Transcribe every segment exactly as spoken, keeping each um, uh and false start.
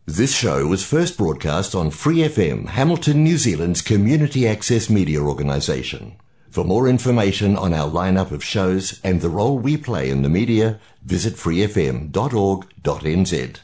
This show was first broadcast on Free F M, Hamilton, New Zealand's community access media organisation. For more information on our lineup of shows and the role we play in the media, visit free f m dot org dot n z.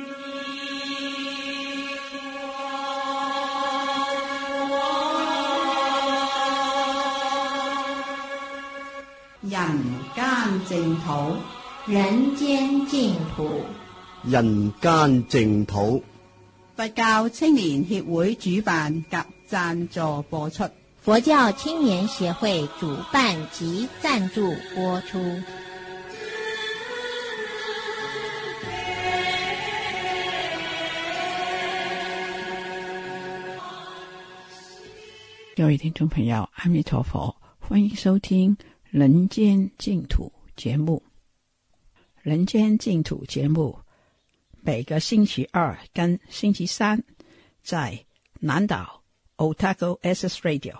人間淨土，人間淨土， 人間淨土。 佛教青年協會主辦及贊助播出。 佛教青年協會主辦及贊助播出。 各位听众朋友，阿弥陀佛，欢迎收听人间净土节目。人间净土节目每个星期二跟星期三在南岛 Otago S S Radio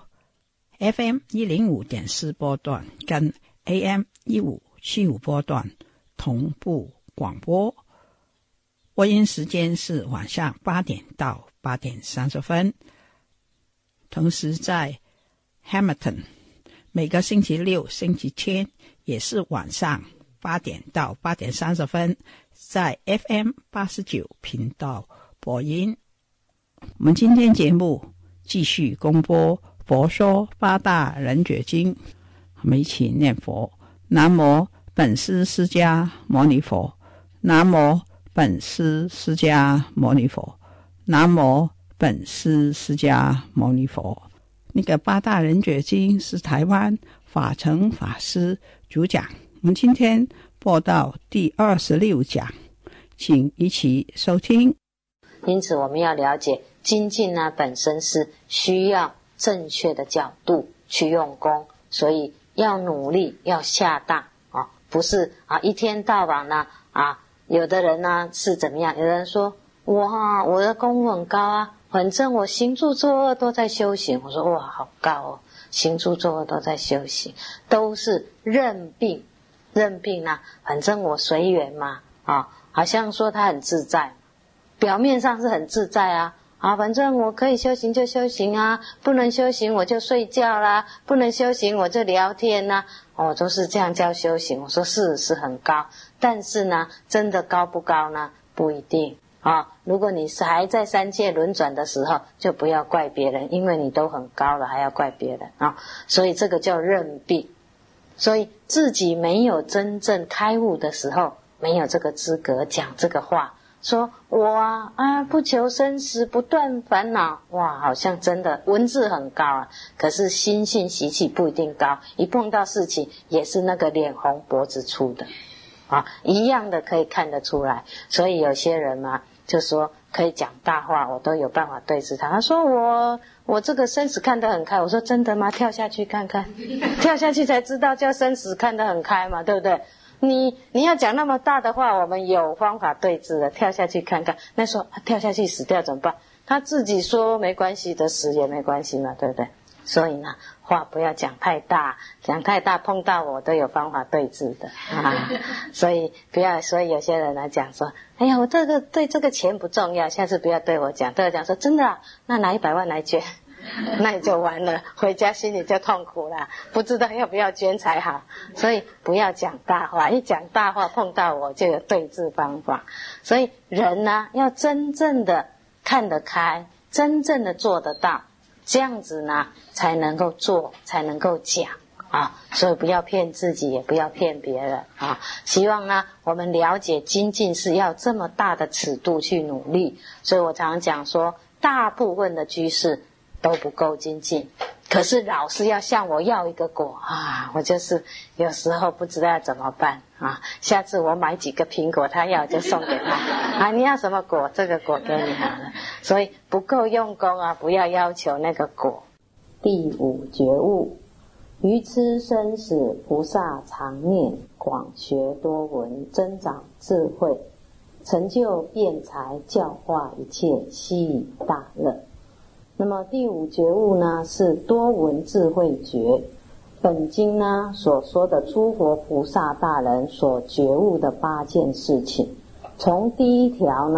F M 一零五点四波段跟 A M 一五七五波段同步广播。播音时间是晚上八点到八点三十分。同时在 Hamilton 每个星期六星期天也是晚上八点到八点三十分在 F M 八十九频道播音。我们今天节目继续公播佛说八大人觉经，我们一起念佛。南无本师释迦牟尼佛，南无本师释迦牟尼佛，南无本师释迦牟尼佛。那个八大人觉经是台湾法成法师主讲，我们今天播到第二十六讲，请一起收听。 因此我们要了解精进呢本身是需要正确的角度去用功，所以要努力，要下大啊，不是啊一天到晚呢啊，有的人呢是怎么样？有人说我啊我的功夫很高啊，反正我行住坐卧都在修行。我说哇好高哦，行住坐卧都在修行，都是认病认病啊，反正我随缘嘛啊，好像说他很自在，表面上是很自在啊啊，反正我可以修行就修行啊，不能修行我就睡觉啦，不能修行我就聊天啦，哦，都是这样叫修行。我说是是很高，但是呢，真的高不高呢？不一定啊。如果你是还在三界轮转的时候，就不要怪别人，因为你都很高了，还要怪别人啊。所以这个叫认病。所以自己没有真正开悟的时候，没有这个资格讲这个话。说我啊啊不求生死不断烦恼，哇好像真的文字很高啊，可是心性习气不一定高，一碰到事情也是那个脸红脖子粗的啊，一样的可以看得出来。所以有些人嘛就说可以讲大话，我都有办法对峙他。他说我我这个生死看得很开，我说真的吗？跳下去看看，跳下去才知道叫生死看得很开嘛，对不对？你你要讲那么大的话，我们有方法对治的，跳下去看看。那说、啊、跳下去死掉怎么办？他自己说没关系的，死也没关系嘛，对不对？所以呢，话不要讲太大，讲太大碰到我都有方法对治的啊。所以不要，所以有些人来讲说，哎呀，我这个对这个钱不重要，下次不要对我讲，对我讲说真的啊，那拿一百万来捐。那你就完了，回家心里就痛苦了，不知道要不要捐才好。所以不要讲大话，一讲大话碰到我就有对治方法。所以人呢要真正的看得开，真正的做得到，这样子呢才能够做，才能够讲啊。所以不要骗自己，也不要骗别人啊。希望呢我们了解精进是要这么大的尺度去努力。所以我常常讲说，大部分的居士都不够精进，可是老是要向我要一个果啊，我就是有时候不知道要怎么办啊。下次我买几个苹果，他要就送给他啊，你要什么果？这个果给你好了。所以不够用功啊，不要要求那个果。第五觉悟，愚痴生死菩萨常念，广学多闻增长智慧，成就辩才教化一切，悉以大乐。那么第五觉悟呢是多闻智慧觉。本经呢所说的诸佛菩萨大人所觉悟的八件事情，从第一条呢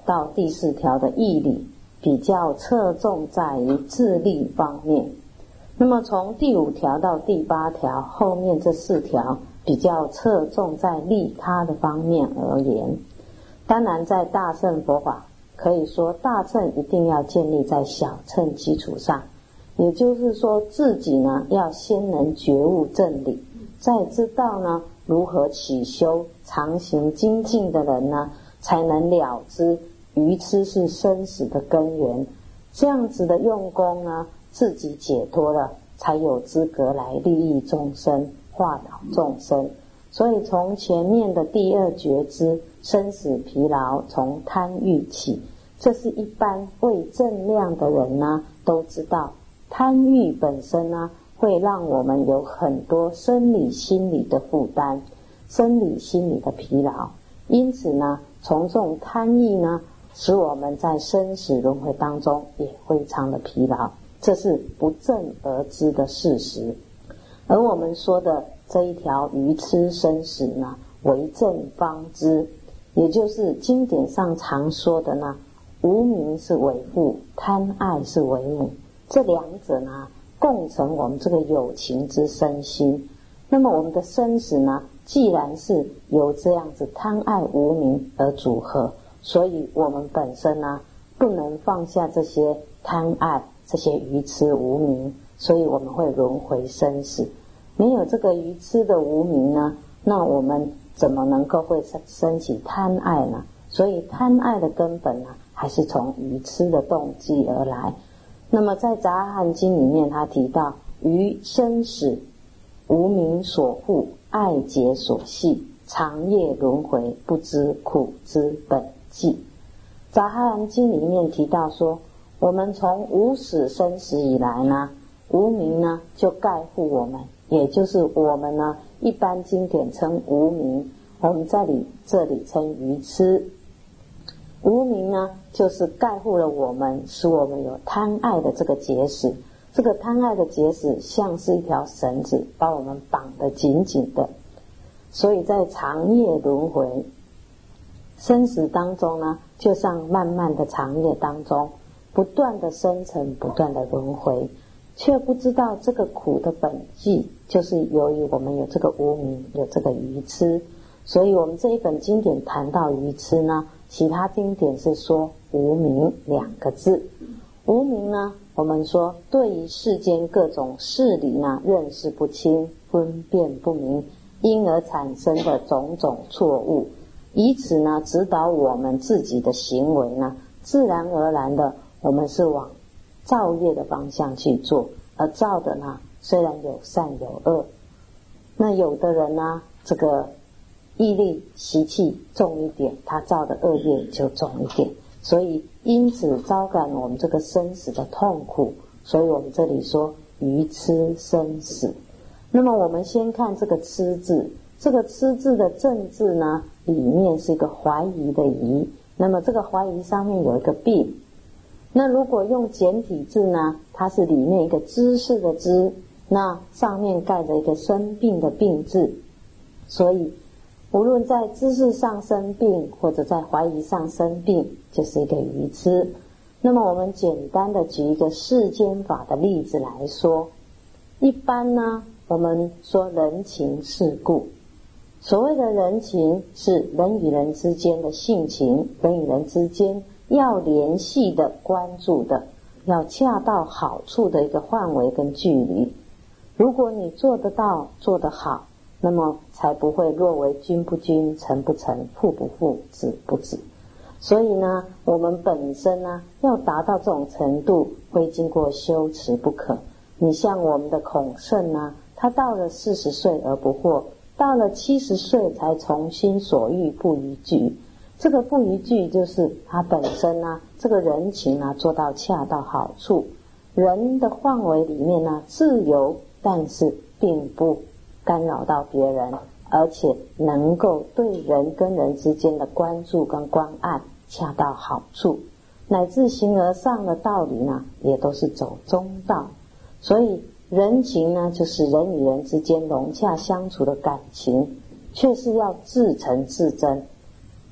到第四条的义理，比较侧重在于自利方面。那么从第五条到第八条后面这四条比较侧重在利他的方面而言。当然在大乘佛法可以说大乘一定要建立在小乘基础上，也就是说自己呢要先能觉悟正理，再知道呢如何起修常行精进的人呢才能了知愚痴是生死的根源。这样子的用功呢，自己解脱了，才有资格来利益众生，化导众生。所以从前面的第二觉知生死疲劳从贪欲起，这是一般未正量的人呢都知道，贪欲本身呢会让我们有很多生理心理的负担，生理心理的疲劳。因此呢，从这种贪欲呢，使我们在生死轮回当中也非常的疲劳，这是不正而知的事实。而我们说的这一条愚痴生死呢，为正方知，也就是经典上常说的呢，无明是为父，贪爱是为母，这两者呢共成我们这个有情之身心。那么我们的生死呢，既然是由这样子贪爱无明而组合，所以我们本身呢不能放下这些贪爱，这些愚痴无明，所以我们会轮回生死。没有这个愚痴的无明呢，那我们怎么能够会升起贪爱呢？所以贪爱的根本呢，还是从愚痴的动机而来。那么在《杂阿含经》里面，他提到于生死无明所缚，爱结所系，长夜轮回，不知苦之本际。《杂阿含经》里面提到说，我们从无始生死以来呢，无明呢就盖覆我们，也就是我们呢一般经典称无明，我们这里这里称愚痴。无明呢就是盖覆了我们，使我们有贪爱的这个结使。这个贪爱的结使像是一条绳子，把我们绑得紧紧的。所以在长夜轮回生死当中呢，就像漫漫的长夜当中，不断的生成，不断的轮回，却不知道这个苦的本际，就是由于我们有这个无明，有这个愚痴。所以我们这一本经典谈到愚痴呢，其他经典是说无明两个字。无明呢，我们说对于世间各种事理呢认识不清，分辨不明，因而产生的种种错误，以此呢指导我们自己的行为呢，自然而然的我们是往造业的方向去做。而造的呢虽然有善有恶，那有的人呢这个毅力习气重一点，他造的恶业就重一点，所以因此招感我们这个生死的痛苦。所以我们这里说愚痴生死。那么我们先看这个痴字，这个痴字的正字呢里面是一个怀疑的疑，那么这个怀疑上面有一个病。那如果用简体字呢，它是里面一个知识的知，那上面盖着一个生病的病字。所以无论在知识上生病，或者在怀疑上生病，就是一个愚痴。那么我们简单的举一个世间法的例子来说，一般呢我们说人情世故，所谓的人情是人与人之间的性情，人与人之间要联系的，关注的，要恰到好处的一个范围跟距离。如果你做得到，做得好，那么才不会若为君不君，臣不臣，父不父，子不子。所以呢我们本身呢要达到这种程度，会经过修持不可。你像我们的孔圣呢，他到了四十岁而不惑，到了七十岁才从心所欲不逾矩。这个不逾矩就是他本身呢这个人情呢做到恰到好处，人的范围里面呢自由，但是并不干扰到别人，而且能够对人跟人之间的关注跟关爱恰到好处，乃至形而上的道理呢也都是走中道。所以人情呢就是人与人之间融洽相处的感情，却是要至诚至真。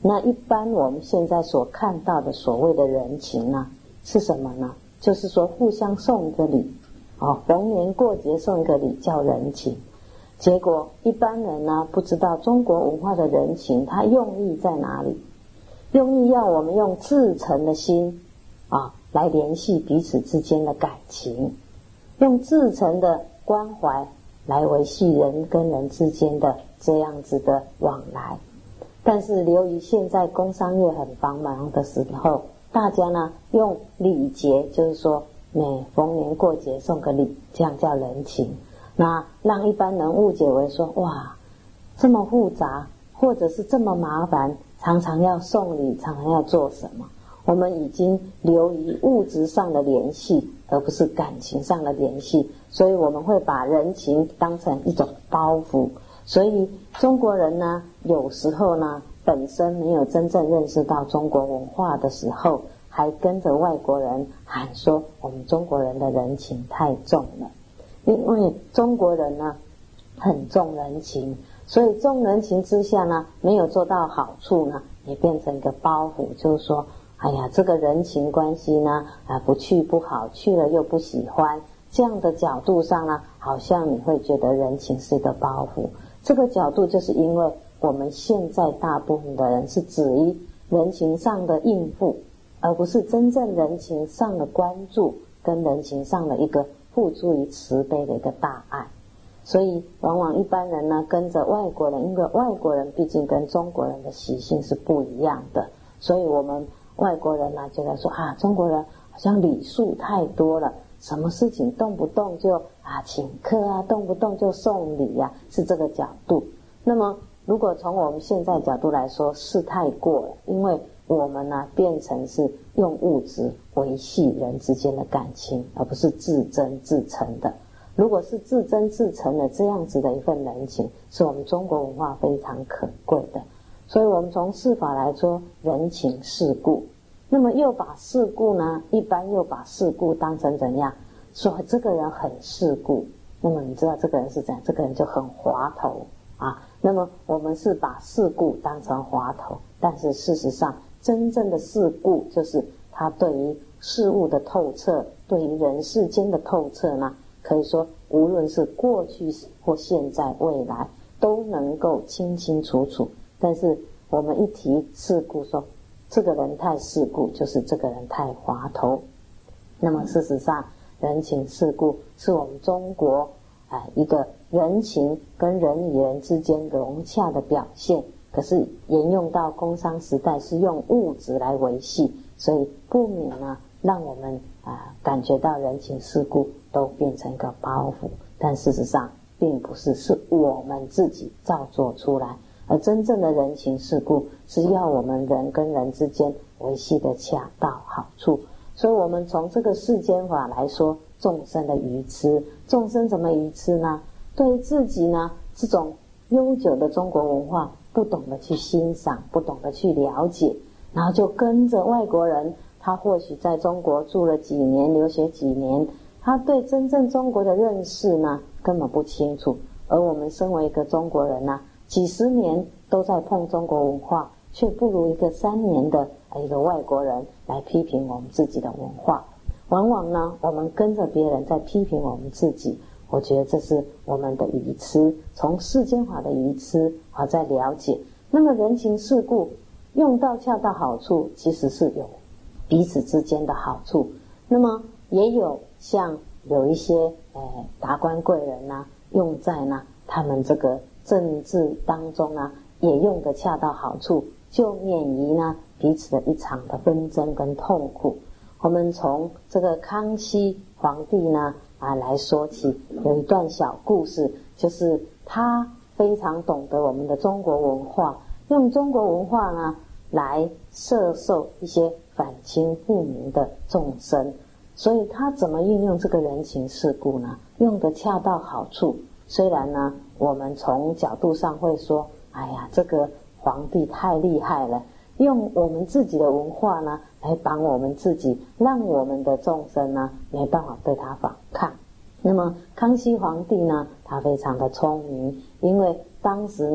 那一般我们现在所看到的所谓的人情呢，是什么呢？就是说互相送一个礼，哦，逢年过节送一个礼叫人情。结果一般人呢不知道中国文化的人情，它用意在哪里？用意要我们用至诚的心啊来联系彼此之间的感情，用至诚的关怀来维系人跟人之间的这样子的往来。但是由于现在工商业很繁忙的时候，大家呢用礼节，就是说每逢年过节送个礼，这样叫人情。那让一般人误解为说，哇，这么复杂，或者是这么麻烦，常常要送礼，常常要做什么？我们已经流于物质上的联系，而不是感情上的联系，所以我们会把人情当成一种包袱。所以中国人呢，有时候呢本身没有真正认识到中国文化的时候，还跟着外国人喊说我们中国人的人情太重了。因为中国人呢很重人情，所以重人情之下呢，没有做到好处呢，也变成一个包袱，就是说哎呀，这个人情关系呢啊不去不好，去了又不喜欢，这样的角度上呢，好像你会觉得人情是一个包袱。这个角度就是因为我们现在大部分的人是止于人情上的应付，而不是真正人情上的关注跟人情上的一个付诸于慈悲的一个大爱。所以往往一般人呢跟着外国人，因为外国人毕竟跟中国人的习性是不一样的，所以我们外国人呢觉得说啊，中国人好像礼数太多了，什么事情动不动就啊请客啊，动不动就送礼啊，是这个角度。那么如果从我们现在角度来说，是太过了，因为我们呢变成是用物质维系人之间的感情，而不是至真至诚的。如果是至真至诚的这样子的一份人情，是我们中国文化非常可贵的。所以我们从世法来说，人情世故，那么又把世故呢，一般又把世故当成怎样？说这个人很世故，那么你知道这个人是怎样？这个人就很滑头啊。那么我们是把世故当成滑头，但是事实上真正的世故就是他对于事物的透彻，对于人世间的透彻呢，可以说无论是过去或现在未来都能够清清楚楚。但是我们一提世故，说这个人太世故，就是这个人太滑头。那么事实上人情世故是我们中国啊一个人情跟人与人之间融洽的表现，可是沿用到工商时代是用物质来维系，所以不免呢让我们啊感觉到人情世故都变成一个包袱。但事实上并不是，是我们自己造作出来。而真正的人情世故是要我们人跟人之间维系的恰到好处。所以我们从这个世间法来说，众生的愚痴，众生怎么愚痴呢？对于自己呢这种悠久的中国文化不懂得去欣赏，不懂得去了解，然后就跟着外国人，他或许在中国住了几年，留学几年，他对真正中国的认识呢根本不清楚。而我们身为一个中国人呢，几十年都在碰中国文化，却不如一个三年的一个外国人来批评我们自己的文化。往往呢我们跟着别人在批评我们自己，我觉得这是我们的愚痴，从世间法的愚痴啊在了解。那么人情世故用到恰到好处，其实是有彼此之间的好处。那么也有像有一些呃达官贵人呢、啊、用在呢他们这个政治当中啊，也用得恰到好处，就免于呢彼此的一场的纷争跟痛苦。我们从这个康熙皇帝呢啊来说起，有一段小故事，就是他非常懂得我们的中国文化，用中国文化呢来摄受一些反清复明的众生。所以他怎么运用这个人情世故呢？用得恰到好处。虽然呢我们从角度上会说，哎呀，这个皇帝太厉害了，用我们自己的文化呢来帮我们自己，让我们的众生呢没办法对他反抗。那么康熙皇帝呢，他非常的聪明，因为当时呢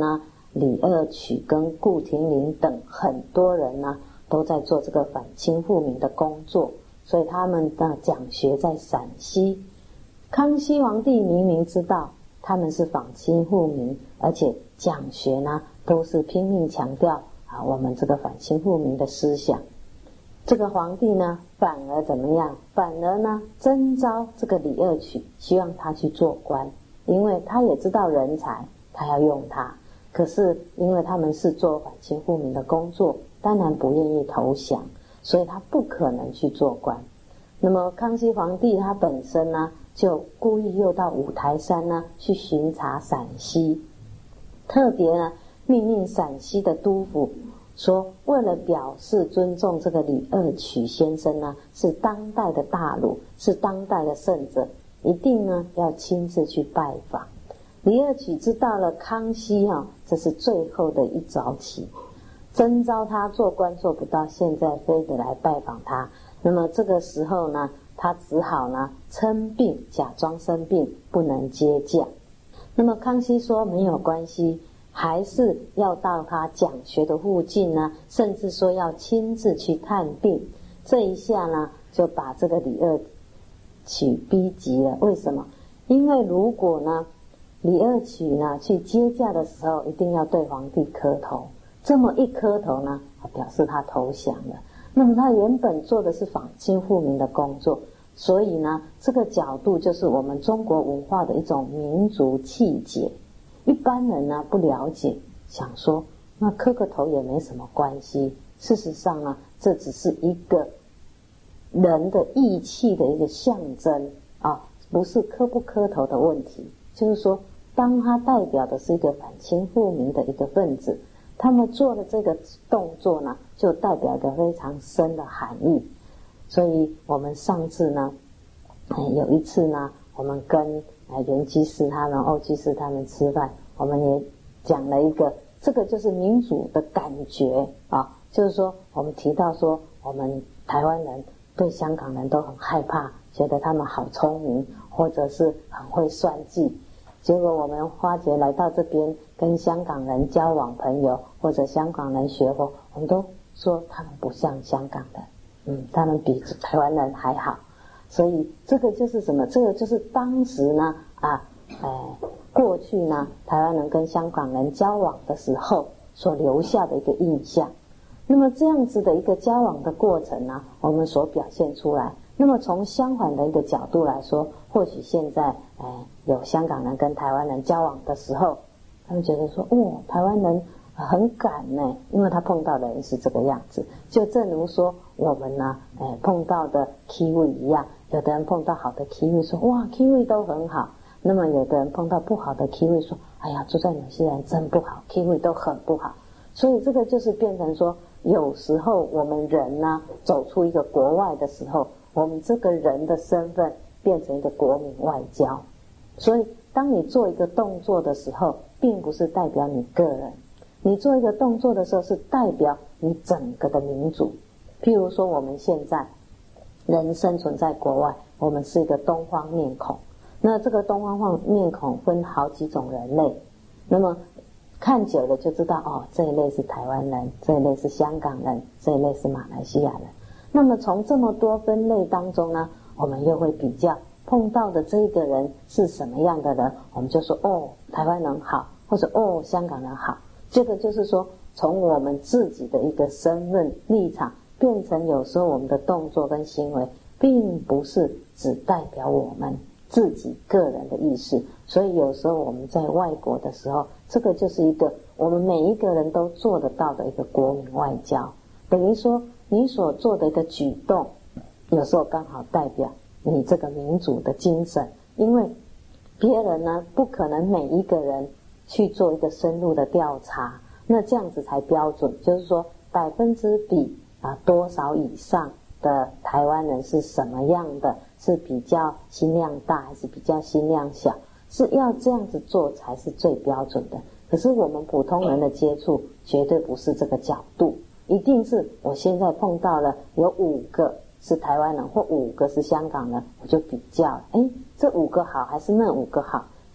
李二曲跟顾廷林等很多人呢，都在做这个反清复明的工作，所以他们的讲学在陕西。康熙皇帝明明知道他们是反清复明，而且讲学呢都是拼命强调啊我们这个反清复明的思想。这个皇帝呢反而怎么样？反而呢征召这个李二曲，希望他去做官，因为他也知道人才，他要用他。可是因为他们是做反清复明的工作，当然不愿意投降，所以他不可能去做官。那么康熙皇帝他本身呢，就故意又到五台山呢去巡查陕西，特别呢命令陕西的督府说，为了表示尊重这个李二曲先生呢，是当代的大儒，是当代的圣者，一定呢要亲自去拜访。李二曲知道了康熙啊，这是最后的一早起，征召他做官做不到，现在非得来拜访他。那么这个时候呢，他只好呢称病，假装生病，不能接驾。那么康熙说没有关系，还是要到他讲学的附近呢，甚至说要亲自去探病。这一下呢，就把这个李二曲逼急了。为什么？因为如果呢李二曲呢去接驾的时候，一定要对皇帝磕头，这么一磕头呢，表示他投降了。那么他原本做的是反清复明的工作，所以呢这个角度就是我们中国文化的一种民族气节。一般人呢不了解，想说那磕个头也没什么关系。事实上呢，这只是一个人的义气的一个象征啊，不是磕不磕头的问题。就是说，当他代表的是一个反清复明的一个分子，他们做的这个动作呢，就代表一个非常深的含义。所以我们上次呢，有一次呢，我们跟袁居士他们、欧居士他们吃饭，我们也讲了一个，这个就是民主的感觉啊，就是说我们提到说，我们台湾人对香港人都很害怕，觉得他们好聪明，或者是很会算计。结果我们发觉来到这边跟香港人交往朋友，或者香港人学佛，我们都说他们不像香港人，嗯，他们比台湾人还好。所以这个就是什么？这个就是当时呢啊，呃，过去呢台湾人跟香港人交往的时候所留下的一个印象。那么这样子的一个交往的过程呢，我们所表现出来。那么从相反的一个角度来说，或许现在呃有香港人跟台湾人交往的时候，他们觉得说，哦，台湾人很敢呢，因为他碰到的人是这个样子。就正如说我们呢，呃碰到的 Kiwi 一样，有的人碰到好的 Kiwi 说，哇 Kiwi 都很好。那么有的人碰到不好的 Kiwi 说，哎呀，住在纽西兰真不好， Kiwi 都很不好。所以这个就是变成说，有时候我们人呢走出一个国外的时候，我们这个人的身份变成一个国民外交。所以当你做一个动作的时候，并不是代表你个人，你做一个动作的时候是代表你整个的民族。譬如说我们现在人生存在国外，我们是一个东方面孔，那这个东方面孔分好几种人类，那么看久了就知道，哦，这一类是台湾人，这一类是香港人，这一类是马来西亚人。那么从这么多分类当中呢，我们又会比较碰到的这个人是什么样的人，我们就说，哦，台湾人好，或者哦，香港人好。这个就是说，从我们自己的一个身份立场，变成有时候我们的动作跟行为，并不是只代表我们自己个人的意识。所以有时候我们在外国的时候，这个就是一个我们每一个人都做得到的一个国民外交。等于说你所做的一个举动，有时候刚好代表你这个民主的精神。因为别人呢不可能每一个人去做一个深入的调查，那这样子才标准。就是说百分之比啊多少以上的台湾人是什么样的，是比较心量大还是比较心量小，是要这样子做才是最标准的。可是我们普通人的接触绝对不是这个角度，一定是我现在碰到了有五个是台湾人或五个是香港人，我就比较，诶，这五个好还是那五个好？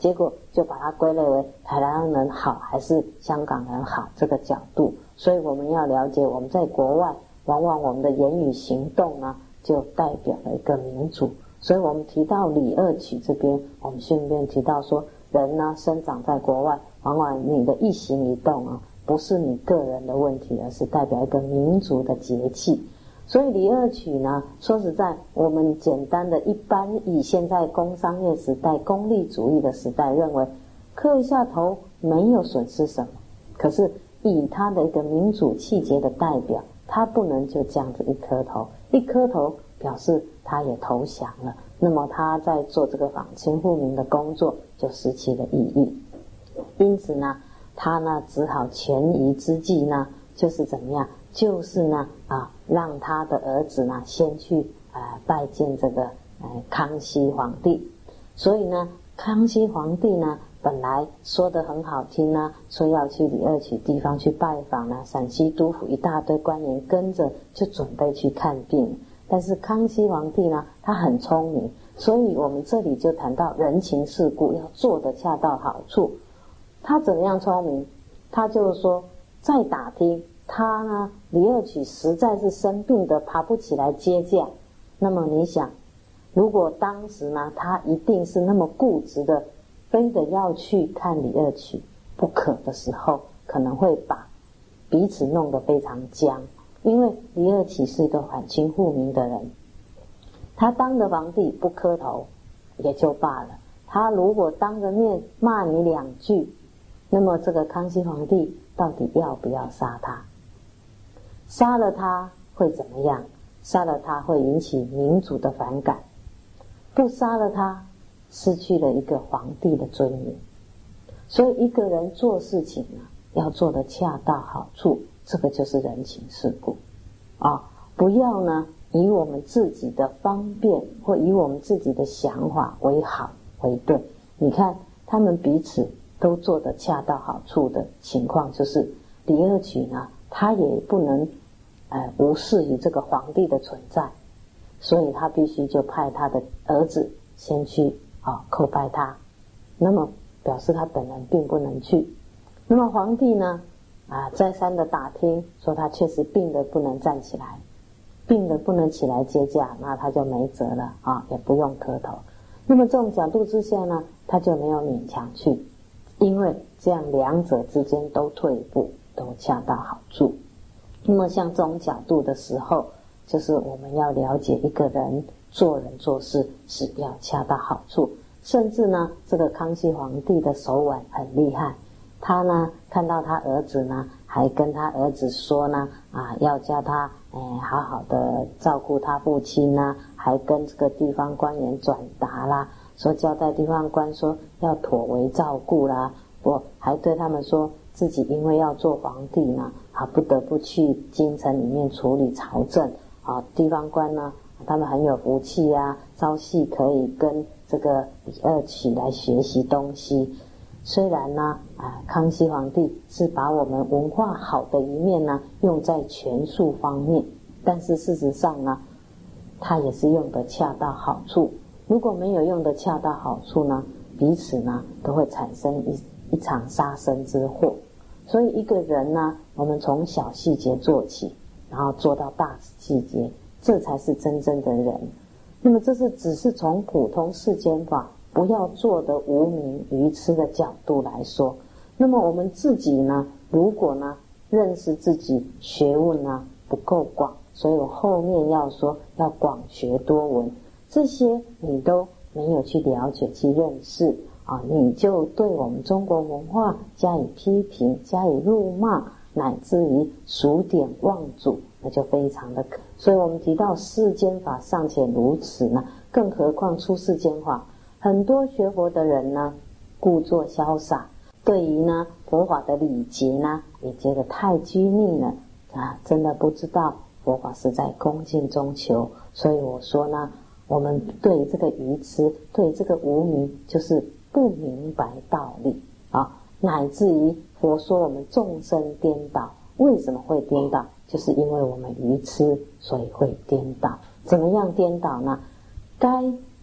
结果就把它归类为台湾人好还是香港人好这个角度。所以我们要了解，我们在国外往往我们的言语行动呢就代表了一个民族。所以我们提到李二曲这边，我们顺便提到说，人呢生长在国外，往往你的一行一动啊，不是你个人的问题，而是代表一个民族的节气。所以李二曲呢，说实在，我们简单的一般以现在工商业时代、功利主义的时代，认为磕一下头没有损失什么。可是以他的一个民主气节的代表，他不能就这样子一磕头，一磕头表示他也投降了，那么他在做这个访清复明的工作就失去了意义。因此呢，他呢只好权宜之计呢，就是怎么样？就是呢啊，让他的儿子呢先去呃拜见这个呃康熙皇帝。所以呢，康熙皇帝呢本来说得很好听呢，说要去李二曲地方去拜访呢，陕西督府一大堆官员跟着就准备去看病。但是康熙皇帝呢，他很聪明，所以我们这里就谈到人情世故要做得恰到好处。他怎么样聪明？他就是说，再打听他呢，李二曲实在是生病的，爬不起来接驾。那么你想，如果当时呢，他一定是那么固执的，非得要去看李二曲不可的时候，可能会把彼此弄得非常僵。因为李二曲是一个反清复明的人，他当着皇帝不磕头也就罢了，他如果当着面骂你两句，那么这个康熙皇帝到底要不要杀他？杀了他会怎么样？杀了他会引起民族的反感，不杀了他失去了一个皇帝的尊严。所以一个人做事情呢，要做得恰到好处，这个就是人情世故啊！不要呢以我们自己的方便或以我们自己的想法为好为对。你看他们彼此都做得恰到好处的情况，就是李二曲呢，他也不能呃无视于这个皇帝的存在，所以他必须就派他的儿子先去啊叩拜他，那么表示他本人并不能去。那么皇帝呢啊再三的打听，说他确实病得不能站起来，病得不能起来接驾，那他就没辙了啊，也不用磕头。那么这种角度之下呢，他就没有勉强去，因为这样两者之间都退一步，都恰到好处。那么像这种角度的时候，就是我们要了解一个人做人做事是要恰到好处。甚至呢，这个康熙皇帝的手腕很厉害，他呢看到他儿子呢，还跟他儿子说呢，啊，要叫他哎好好的照顾他父亲呢，还跟这个地方官员转达啦，说交代地方官说要妥为照顾啦，我还对他们说自己因为要做皇帝呢，啊不得不去京城里面处理朝政啊，地方官呢他们很有福气啊，朝夕可以跟这个李二曲来学习东西。虽然呢啊，康熙皇帝是把我们文化好的一面呢用在权术方面，但是事实上呢，他也是用得恰到好处。如果没有用得恰到好处呢，彼此呢都会产生一一场杀身之祸。所以一个人呢，我们从小细节做起，然后做到大细节，这才是真正的人。那么这是只是从普通世间法不要做的无名愚痴的角度来说。那么我们自己呢，如果呢认识自己学问呢不够广，所以我后面要说要广学多闻，这些你都没有去了解去认识啊，你就对我们中国文化加以批评，加以辱骂，乃至于数典忘祖，那就非常的可。所以我们提到世间法尚且如此呢，更何况出世间法。很多学佛的人呢，故作潇洒，对于呢佛法的礼节呢，也觉得太拘泥了啊，真的不知道佛法是在恭敬中求。所以我说呢，我们对这个愚痴，对这个无明，就是不明白道理啊，乃至于佛说我们众生颠倒，为什么会颠倒？就是因为我们愚痴，所以会颠倒。怎么样颠倒呢？该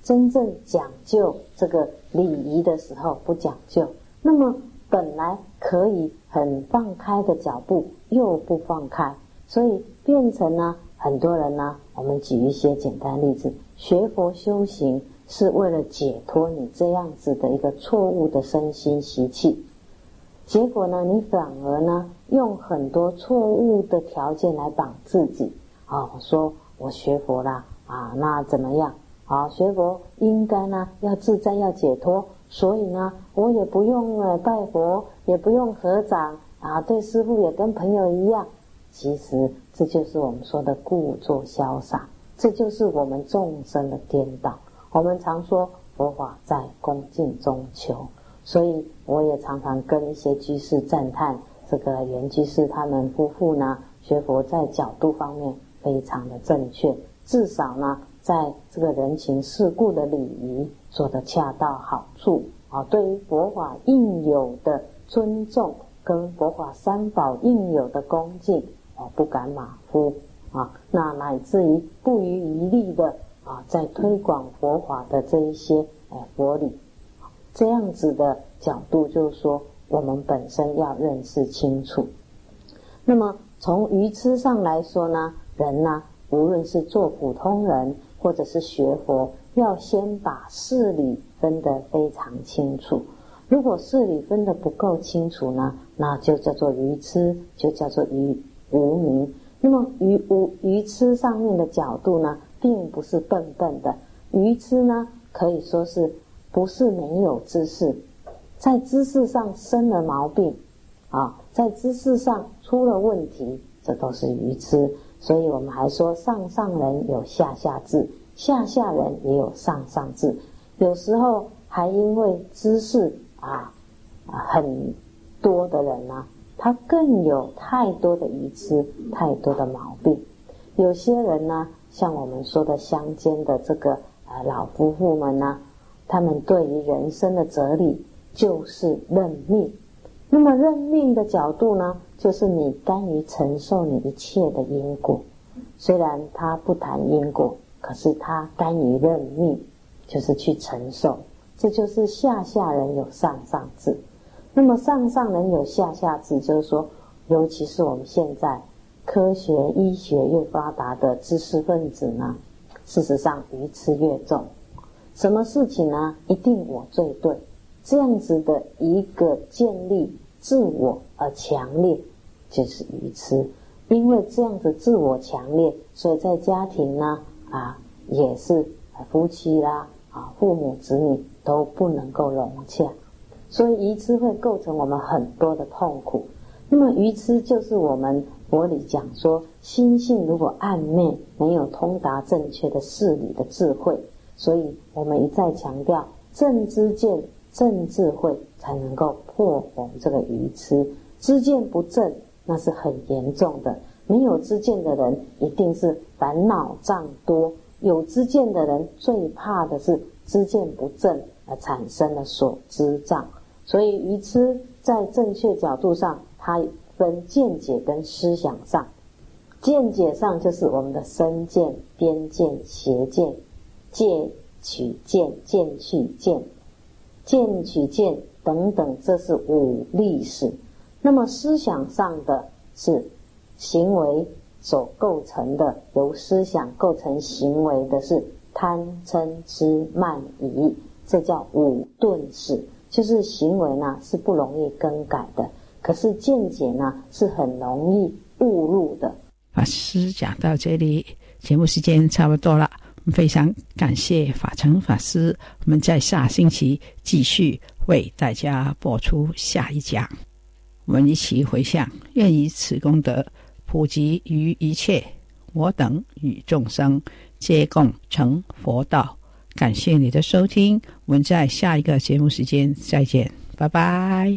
真正讲究这个礼仪的时候不讲究，那么本来可以很放开的脚步又不放开，所以变成呢，很多人呢，我们举一些简单例子，学佛修行是为了解脱你这样子的一个错误的身心习气，结果呢，你反而呢用很多错误的条件来绑自己啊、哦，说我学佛啦啊，那怎么样？啊，学佛应该呢要自在要解脱，所以呢我也不用呃拜佛，也不用合掌啊，对师父也跟朋友一样。其实这就是我们说的故作潇洒，这就是我们众生的颠倒。我们常说佛法在恭敬中求，所以我也常常跟一些居士赞叹这个袁居士他们夫妇呢学佛在角度方面非常的正确，至少呢在这个人情世故的礼仪做得恰到好处啊，对于佛法应有的尊重跟佛法三宝应有的恭敬啊，不敢马虎啊，那乃至于不遗余力的啊，在推广佛法的这一些哎佛理，这样子的角度，就是说我们本身要认识清楚。那么从愚痴上来说呢，人呢，无论是做普通人或者是学佛，要先把事理分得非常清楚。如果事理分得不够清楚呢，那就叫做愚痴，就叫做愚无明。那么愚无愚痴上面的角度呢，并不是笨笨的，愚痴呢可以说是不是没有知识，在知识上生了毛病啊，在知识上出了问题，这都是愚痴。所以我们还说上上人有下下智，下下人也有上上智，有时候还因为知识啊很多的人呢、啊，他更有太多的愚痴，太多的毛病。有些人呢，像我们说的乡间的这个呃老夫妇们呢，他们对于人生的哲理就是认命。那么认命的角度呢，就是你甘于承受你一切的因果。虽然他不谈因果，可是他甘于认命，就是去承受。这就是下下人有上上智。那么上上人有下下智，就是说，尤其是我们现在科学医学越发达的知识分子呢，事实上愚痴越重。什么事情呢？一定我最对，这样子的一个建立自我而强烈，就是愚痴。因为这样子自我强烈，所以在家庭呢啊也是夫妻啦啊父母子女都不能够融洽，所以愚痴会构成我们很多的痛苦。那么愚痴就是我们佛理讲说，心性如果暗昧，没有通达正确的事理的智慧，所以我们一再强调正知见正智慧才能够破我们这个愚痴。知见不正，那是很严重的。没有知见的人一定是烦恼障多，有知见的人最怕的是知见不正而产生了所知障。所以愚痴在正确角度上，它分见解跟思想上。见解上就是我们的身见、边见、邪见、戒取见、见去见、见取见等等，这是五历史。那么思想上的是行为所构成的，由思想构成行为的是贪嗔痴慢疑，这叫五顿史。就是行为呢是不容易更改的，可是见解呢是很容易误入的。 法师讲到这里，节目时间差不多了，我们非常感谢法成法师，我们在下星期继续为大家播出下一讲。我们一起回向，愿以此功德普及于一切我等与众生，皆共成佛道。感谢你的收听，我们在下一个节目时间再见，拜拜。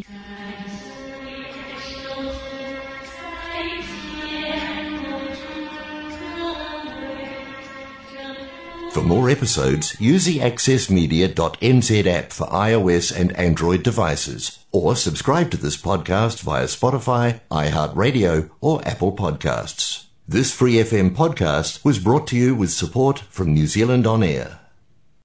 For more episodes, use the access media dot n z app for iOS and Android devices, or subscribe to this podcast via Spotify, iHeartRadio, or Apple Podcasts. This Free F M podcast was brought to you with support from New Zealand On Air.